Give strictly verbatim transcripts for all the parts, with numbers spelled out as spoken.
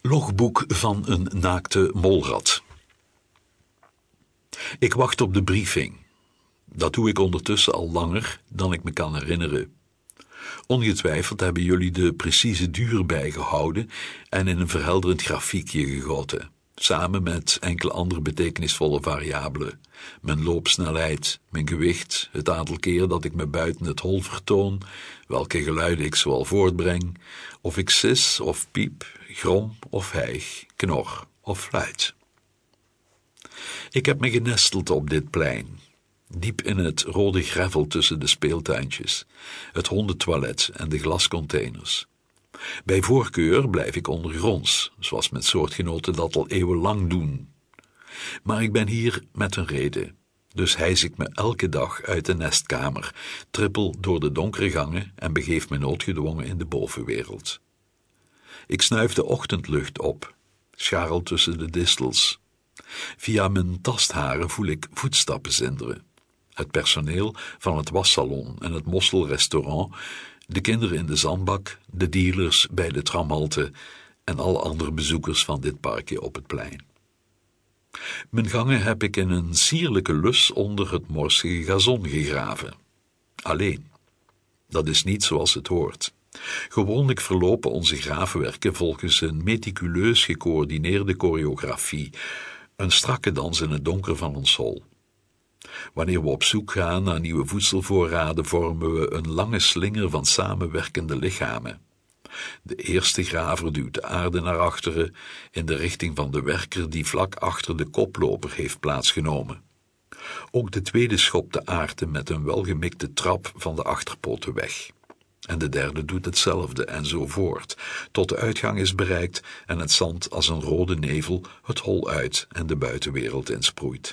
Logboek van een naakte molrat. Ik wacht op de briefing. Dat doe ik ondertussen al langer dan ik me kan herinneren. Ongetwijfeld hebben jullie de precieze duur bijgehouden en in een verhelderend grafiekje gegoten, samen met enkele andere betekenisvolle variabelen. Mijn loopsnelheid, mijn gewicht, het aantal keer dat ik me buiten het hol vertoon, welke geluiden ik zoal voortbreng, of ik sis of piep, grom of hijg, knor of fluit. Ik heb me genesteld op dit plein, diep in het rode gravel tussen de speeltuintjes, het hondentoilet en de glascontainers. Bij voorkeur blijf ik ondergronds, zoals mijn soortgenoten dat al eeuwenlang doen. Maar ik ben hier met een reden, dus hijs ik me elke dag uit de nestkamer, trippel door de donkere gangen en begeef me noodgedwongen in de bovenwereld. Ik snuif de ochtendlucht op, scharrel tussen de distels. Via mijn tastharen voel ik voetstappen zinderen. Het personeel van het wassalon en het mosselrestaurant, de kinderen in de zandbak, de dealers bij de tramhalte en alle andere bezoekers van dit parkje op het plein. Mijn gangen heb ik in een sierlijke lus onder het morsige gazon gegraven. Alleen. Dat is niet zoals het hoort. Gewoonlijk verlopen onze graafwerken volgens een meticuleus gecoördineerde choreografie, een strakke dans in het donker van ons hol. Wanneer we op zoek gaan naar nieuwe voedselvoorraden, vormen we een lange slinger van samenwerkende lichamen. De eerste graver duwt de aarde naar achteren in de richting van de werker die vlak achter de koploper heeft plaatsgenomen. Ook de tweede schopt de aarde met een welgemikte trap van de achterpoten weg. En de derde doet hetzelfde en zo voort, tot de uitgang is bereikt en het zand als een rode nevel het hol uit en de buitenwereld insproeit.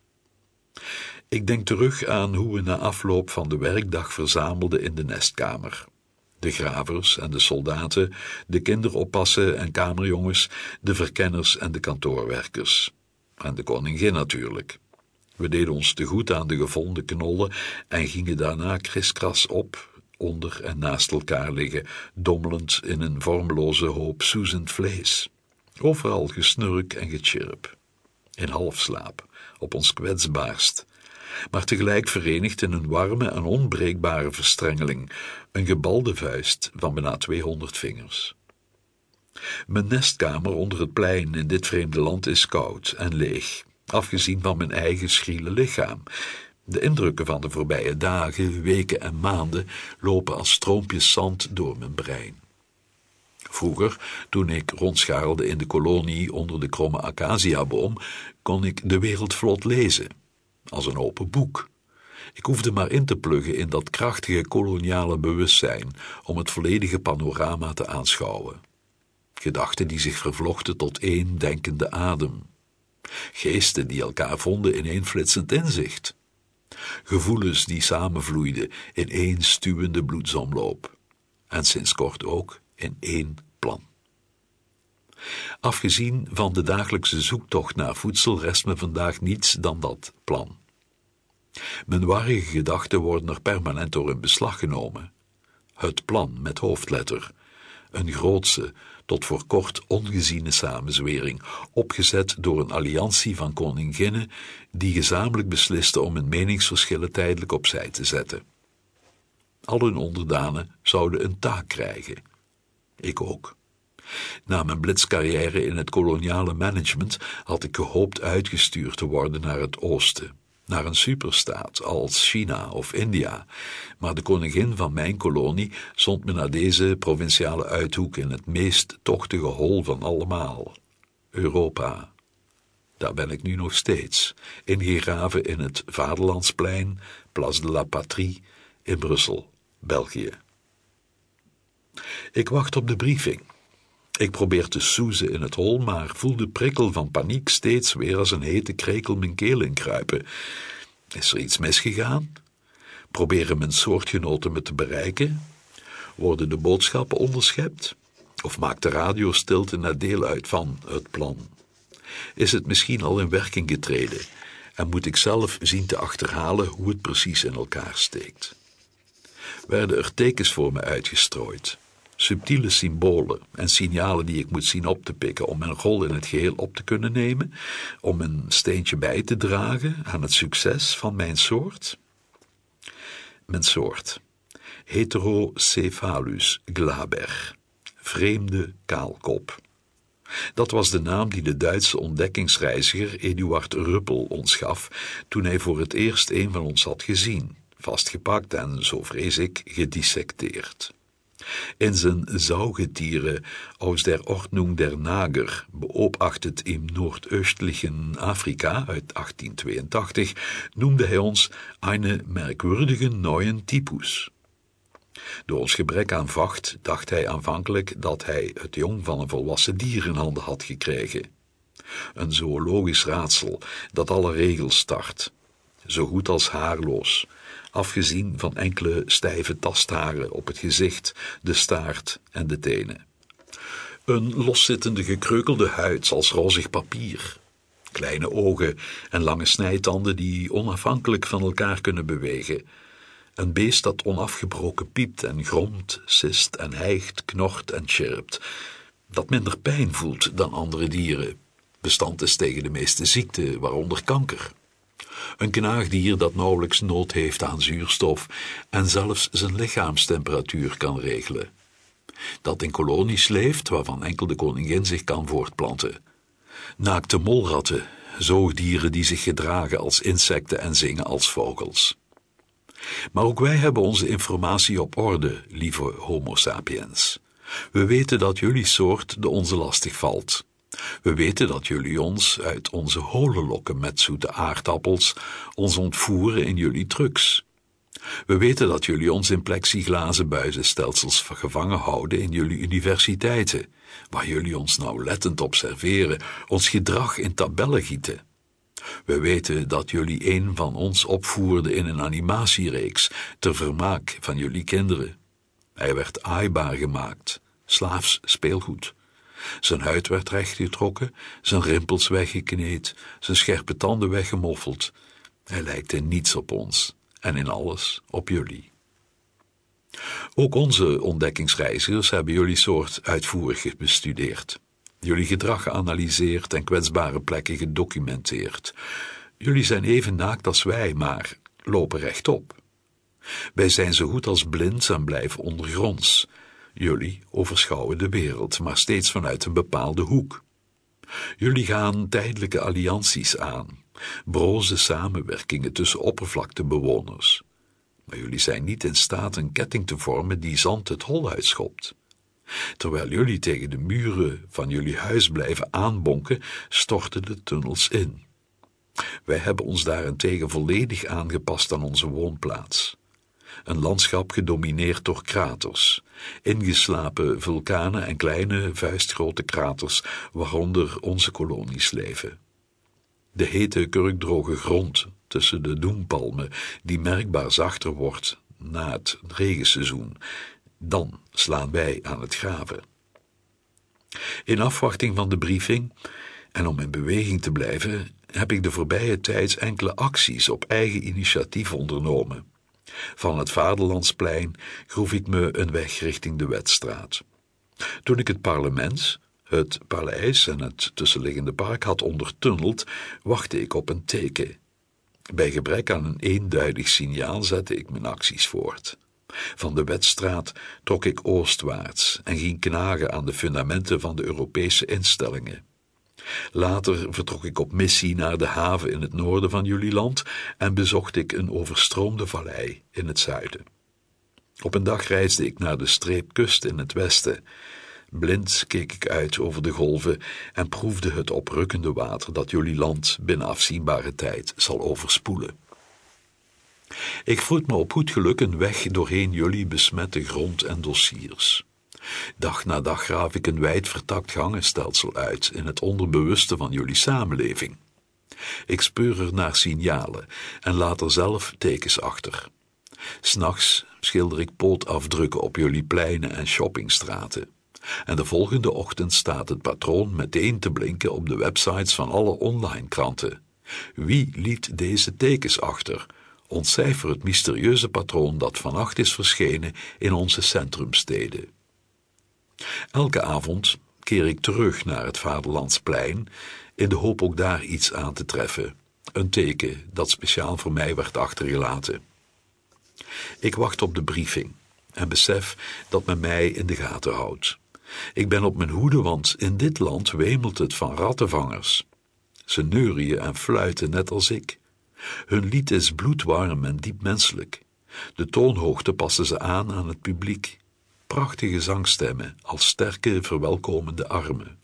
Ik denk terug aan hoe we na afloop van de werkdag verzamelden in de nestkamer. De gravers en de soldaten, de kinderoppassen en kamerjongens, de verkenners en de kantoorwerkers. En de koningin natuurlijk. We deden ons te goed aan de gevonden knollen en gingen daarna kriskras op, onder en naast elkaar liggen, dommelend in een vormloze hoop soezend vlees. Overal gesnurk en gechirp. In halfslaap, op ons kwetsbaarst, maar tegelijk verenigd in een warme en onbreekbare verstrengeling, een gebalde vuist van bijna tweehonderd vingers. Mijn nestkamer onder het plein in dit vreemde land is koud en leeg, afgezien van mijn eigen schriele lichaam. De indrukken van de voorbije dagen, weken en maanden lopen als stroompjes zand door mijn brein. Vroeger, toen ik rondscharrelde in de kolonie onder de kromme acaciaboom, kon ik de wereld vlot lezen, als een open boek. Ik hoefde maar in te pluggen in dat krachtige koloniale bewustzijn om het volledige panorama te aanschouwen. Gedachten die zich vervlochten tot één denkende adem. Geesten die elkaar vonden in één flitsend inzicht. Gevoelens die samenvloeiden in één stuwende bloedsomloop. En sinds kort ook in één plan. Afgezien van de dagelijkse zoektocht naar voedsel rest me vandaag niets dan dat plan. Mijn warrige gedachten worden er permanent door in beslag genomen. Het plan met hoofdletter, een grootse, tot voor kort ongeziene samenzwering, opgezet door een alliantie van koninginnen die gezamenlijk beslisten om hun meningsverschillen tijdelijk opzij te zetten. Al hun onderdanen zouden een taak krijgen. Ik ook. Na mijn blitzcarrière in het koloniale management had ik gehoopt uitgestuurd te worden naar het oosten, naar een superstaat als China of India, maar de koningin van mijn kolonie zond me naar deze provinciale uithoek in het meest tochtige hol van allemaal, Europa. Daar ben ik nu nog steeds, ingegraven in het Vaderlandsplein, Place de la Patrie, in Brussel, België. Ik wacht op de briefing. Ik probeer te soezen in het hol, maar voel de prikkel van paniek steeds weer als een hete krekel mijn keel inkruipen. Is er iets misgegaan? Proberen mijn soortgenoten me te bereiken? Worden de boodschappen onderschept? Of maakt de radiostilte net deel uit van het plan? Is het misschien al in werking getreden en moet ik zelf zien te achterhalen hoe het precies in elkaar steekt? Werden er tekens voor me uitgestrooid? subtiele symbolen en signalen die ik moet zien op te pikken om mijn rol in het geheel op te kunnen nemen, om een steentje bij te dragen aan het succes van mijn soort? Mijn soort. Heterocephalus glaber. Vreemde kaalkop. Dat was de naam die de Duitse ontdekkingsreiziger Eduard Ruppel ons gaf toen hij voor het eerst een van ons had gezien, vastgepakt en, zo vrees ik, gedissecteerd. In zijn Saugetiere aus der Ordnung der Nager, beobachtet im noordöstlichen Afrika uit achttien tweeëntachtig, noemde hij ons eine merkwürdige neuen Typus. Door ons gebrek aan vacht dacht hij aanvankelijk dat hij het jong van een volwassen dier in handen had gekregen. Een zoologisch raadsel dat alle regels tart, zo goed als haarloos, afgezien van enkele stijve tastharen op het gezicht, de staart en de tenen. Een loszittende gekreukelde huid als rozig papier, kleine ogen en lange snijtanden die onafhankelijk van elkaar kunnen bewegen. Een beest dat onafgebroken piept en gromt, sist en hijgt, knort en chirpt, dat minder pijn voelt dan andere dieren, bestand is tegen de meeste ziekten, waaronder kanker. Een knaagdier dat nauwelijks nood heeft aan zuurstof en zelfs zijn lichaamstemperatuur kan regelen. Dat in kolonies leeft, waarvan enkel de koningin zich kan voortplanten. Naakte molratten, zoogdieren die zich gedragen als insecten en zingen als vogels. Maar ook wij hebben onze informatie op orde, lieve homo sapiens. We weten dat jullie soort de onze lastig valt. We weten dat jullie ons uit onze holen lokken met zoete aardappels, ons ontvoeren in jullie trucks. We weten dat jullie ons in plexiglazen buizenstelsels gevangen houden in jullie universiteiten, waar jullie ons nauwlettend observeren, ons gedrag in tabellen gieten. We weten dat jullie een van ons opvoerden in een animatiereeks ter vermaak van jullie kinderen. Hij werd aaibaar gemaakt, slaafs speelgoed. Zijn huid werd rechtgetrokken, zijn rimpels weggekneed, zijn scherpe tanden weggemoffeld. Hij lijkt in niets op ons en in alles op jullie. Ook onze ontdekkingsreizigers hebben jullie soort uitvoerig bestudeerd. Jullie gedrag geanalyseerd en kwetsbare plekken gedocumenteerd. Jullie zijn even naakt als wij, maar lopen rechtop. Wij zijn zo goed als blind en blijven ondergronds. Jullie overschouwen de wereld, maar steeds vanuit een bepaalde hoek. Jullie gaan tijdelijke allianties aan, broze samenwerkingen tussen oppervlaktebewoners. Maar jullie zijn niet in staat een ketting te vormen die zand het hol uitschopt. Terwijl jullie tegen de muren van jullie huis blijven aanbonken, storten de tunnels in. Wij hebben ons daarentegen volledig aangepast aan onze woonplaats. Een landschap gedomineerd door kraters, ingeslapen vulkanen en kleine vuistgrote kraters waaronder onze kolonies leven. De hete kurkdroge grond tussen de doempalmen die merkbaar zachter wordt na het regenseizoen, dan slaan wij aan het graven. In afwachting van de briefing en om in beweging te blijven, heb ik de voorbije tijd enkele acties op eigen initiatief ondernomen. Van het Vaderlandsplein groef ik me een weg richting de Wetstraat. Toen ik het parlement, het paleis en het tussenliggende park had ondertunneld, wachtte ik op een teken. Bij gebrek aan een eenduidig signaal zette ik mijn acties voort. Van de Wetstraat trok ik oostwaarts en ging knagen aan de fundamenten van de Europese instellingen. Later vertrok ik op missie naar de haven in het noorden van jullie land en bezocht ik een overstroomde vallei in het zuiden. Op een dag reisde ik naar de streepkust in het westen. Blind keek ik uit over de golven en proefde het oprukkende water dat jullie land binnen afzienbare tijd zal overspoelen. Ik voed me op goed geluk een weg doorheen jullie besmette grond en dossiers. Dag na dag graaf ik een wijd vertakt gangenstelsel uit in het onderbewuste van jullie samenleving. Ik speur er naar signalen en laat er zelf tekens achter. 'S Nachts schilder ik pootafdrukken op jullie pleinen en shoppingstraten. En de volgende ochtend staat het patroon meteen te blinken op de websites van alle online kranten. Wie liet deze tekens achter? Ontcijfer het mysterieuze patroon dat vannacht is verschenen in onze centrumsteden. Elke avond keer ik terug naar het Vaderlandsplein, in de hoop ook daar iets aan te treffen. Een teken dat speciaal voor mij werd achtergelaten. Ik wacht op de briefing en besef dat men mij in de gaten houdt. Ik ben op mijn hoede, want in dit land wemelt het van rattenvangers. Ze neurien en fluiten net als ik. Hun lied is bloedwarm en diep menselijk. De toonhoogte passen ze aan aan het publiek. Prachtige zangstemmen als sterke, verwelkomende armen.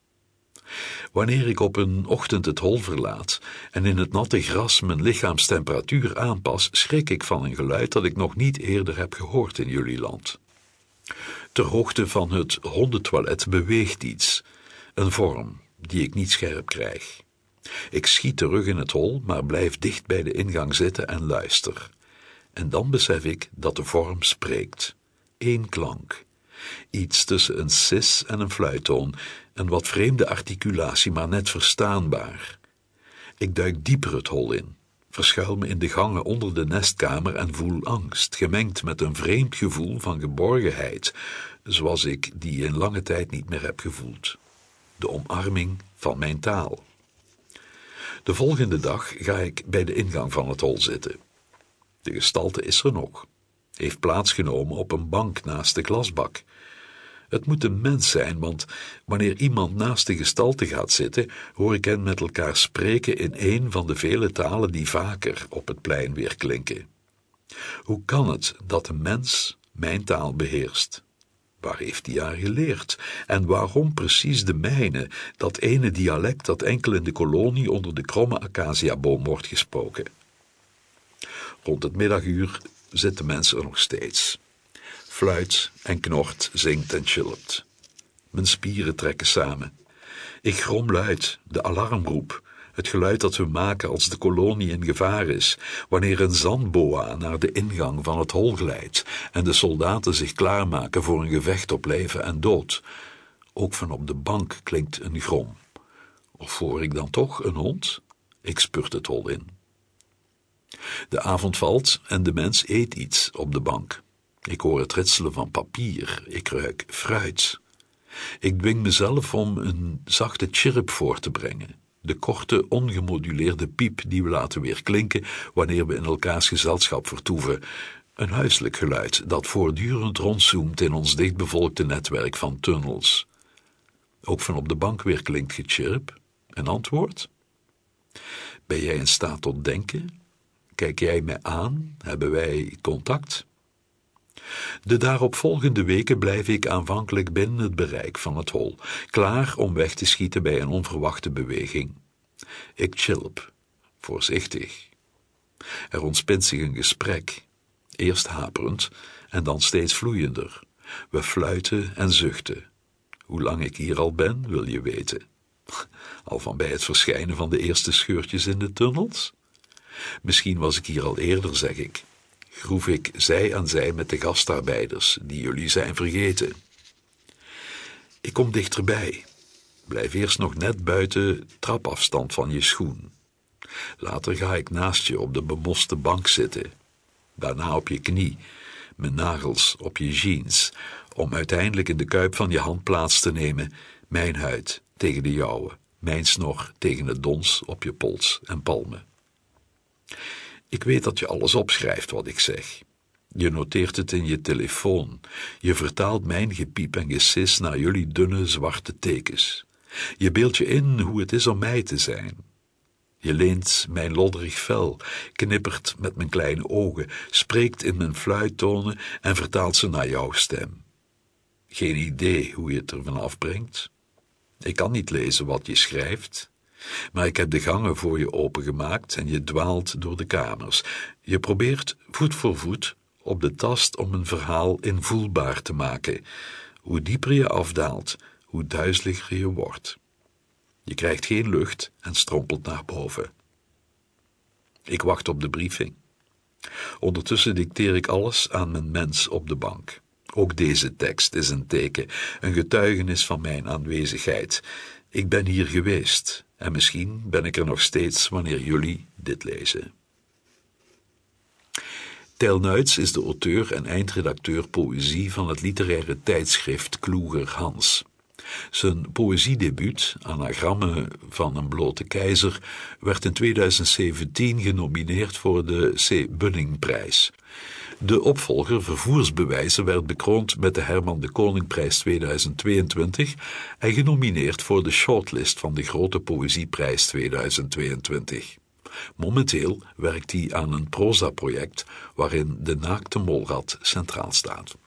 Wanneer ik op een ochtend het hol verlaat en in het natte gras mijn lichaamstemperatuur aanpas, schrik ik van een geluid dat ik nog niet eerder heb gehoord in jullie land. Ter hoogte van het hondentoilet beweegt iets, een vorm die ik niet scherp krijg. Ik schiet terug in het hol, maar blijf dicht bij de ingang zitten en luister. En dan besef ik dat de vorm spreekt. Eén klank. Iets tussen een sis en een fluittoon, een wat vreemde articulatie, maar net verstaanbaar. Ik duik dieper het hol in, verschuil me in de gangen onder de nestkamer en voel angst, gemengd met een vreemd gevoel van geborgenheid, zoals ik die in lange tijd niet meer heb gevoeld. De omarming van mijn taal. De volgende dag ga ik bij de ingang van het hol zitten. De gestalte is er nog, heeft plaatsgenomen op een bank naast de glasbak. Het moet een mens zijn, want wanneer iemand naast de gestalte gaat zitten, hoor ik hen met elkaar spreken in een van de vele talen die vaker op het plein weerklinken. Hoe kan het dat een mens mijn taal beheerst? Waar heeft hij haar geleerd? En waarom precies de mijne, dat ene dialect dat enkel in de kolonie onder de kromme acaciaboom wordt gesproken? Rond het middaguur zitten mensen er nog steeds. Fluit en knort, zingt en chilpt. Mijn spieren trekken samen. Ik grom luid, de alarmroep, het geluid dat we maken als de kolonie in gevaar is, wanneer een zandboa naar de ingang van het hol glijdt en de soldaten zich klaarmaken voor een gevecht op leven en dood. Ook van op de bank klinkt een grom. Of hoor ik dan toch een hond? Ik spurt het hol in. De avond valt en de mens eet iets op de bank. Ik hoor het ritselen van papier, ik ruik fruit. Ik dwing mezelf om een zachte chirp voor te brengen. De korte, ongemoduleerde piep die we laten weerklinken wanneer we in elkaars gezelschap vertoeven. Een huiselijk geluid dat voortdurend rondzoomt in ons dichtbevolkte netwerk van tunnels. Ook van op de bank weerklinkt gechirp. Een antwoord? Ben jij in staat tot denken? Kijk jij mij aan? Hebben wij contact? De daaropvolgende weken blijf ik aanvankelijk binnen het bereik van het hol, klaar om weg te schieten bij een onverwachte beweging. Ik chilp, voorzichtig. Er ontspint zich een gesprek, eerst haperend en dan steeds vloeiender. We fluiten en zuchten. Hoe lang ik hier al ben, wil je weten. Al van bij het verschijnen van de eerste scheurtjes in de tunnels? Misschien was ik hier al eerder, zeg ik. Groef ik zij aan zij met de gastarbeiders, die jullie zijn vergeten. Ik kom dichterbij. Blijf eerst nog net buiten trapafstand van je schoen. Later ga ik naast je op de bemoste bank zitten. Daarna op je knie, mijn nagels op je jeans, om uiteindelijk in de kuip van je hand plaats te nemen, mijn huid tegen de jouwe, mijn snor tegen het dons op je pols en palmen. Ik weet dat je alles opschrijft wat ik zeg. Je noteert het in je telefoon. Je vertaalt mijn gepiep en gesis naar jullie dunne zwarte tekens. Je beeldt je in hoe het is om mij te zijn. Je leent mijn lodderig vel, knippert met mijn kleine ogen, spreekt in mijn fluittonen en vertaalt ze naar jouw stem. Geen idee hoe je het ervan afbrengt. Ik kan niet lezen wat je schrijft. Maar ik heb de gangen voor je opengemaakt en je dwaalt door de kamers. Je probeert voet voor voet op de tast om een verhaal invoelbaar te maken. Hoe dieper je afdaalt, hoe duizeliger je wordt. Je krijgt geen lucht en strompelt naar boven. Ik wacht op de briefing. Ondertussen dicteer ik alles aan mijn mens op de bank. Ook deze tekst is een teken, een getuigenis van mijn aanwezigheid. Ik ben hier geweest en misschien ben ik er nog steeds wanneer jullie dit lezen. Tijl Nuits is de auteur en eindredacteur poëzie van het literaire tijdschrift Kloeger Hans. Zijn poëziedebuut, Anagrammen van een blote keizer, werd in tweeduizend zeventien genomineerd voor de C. Bunningprijs. De opvolger Vervoersbewijzen werd bekroond met de Herman de Koningprijs tweeduizend tweeëntwintig en genomineerd voor de shortlist van de Grote Poëzieprijs tweeduizend tweeëntwintig. Momenteel werkt hij aan een proza-project waarin De Naakte Molrat centraal staat.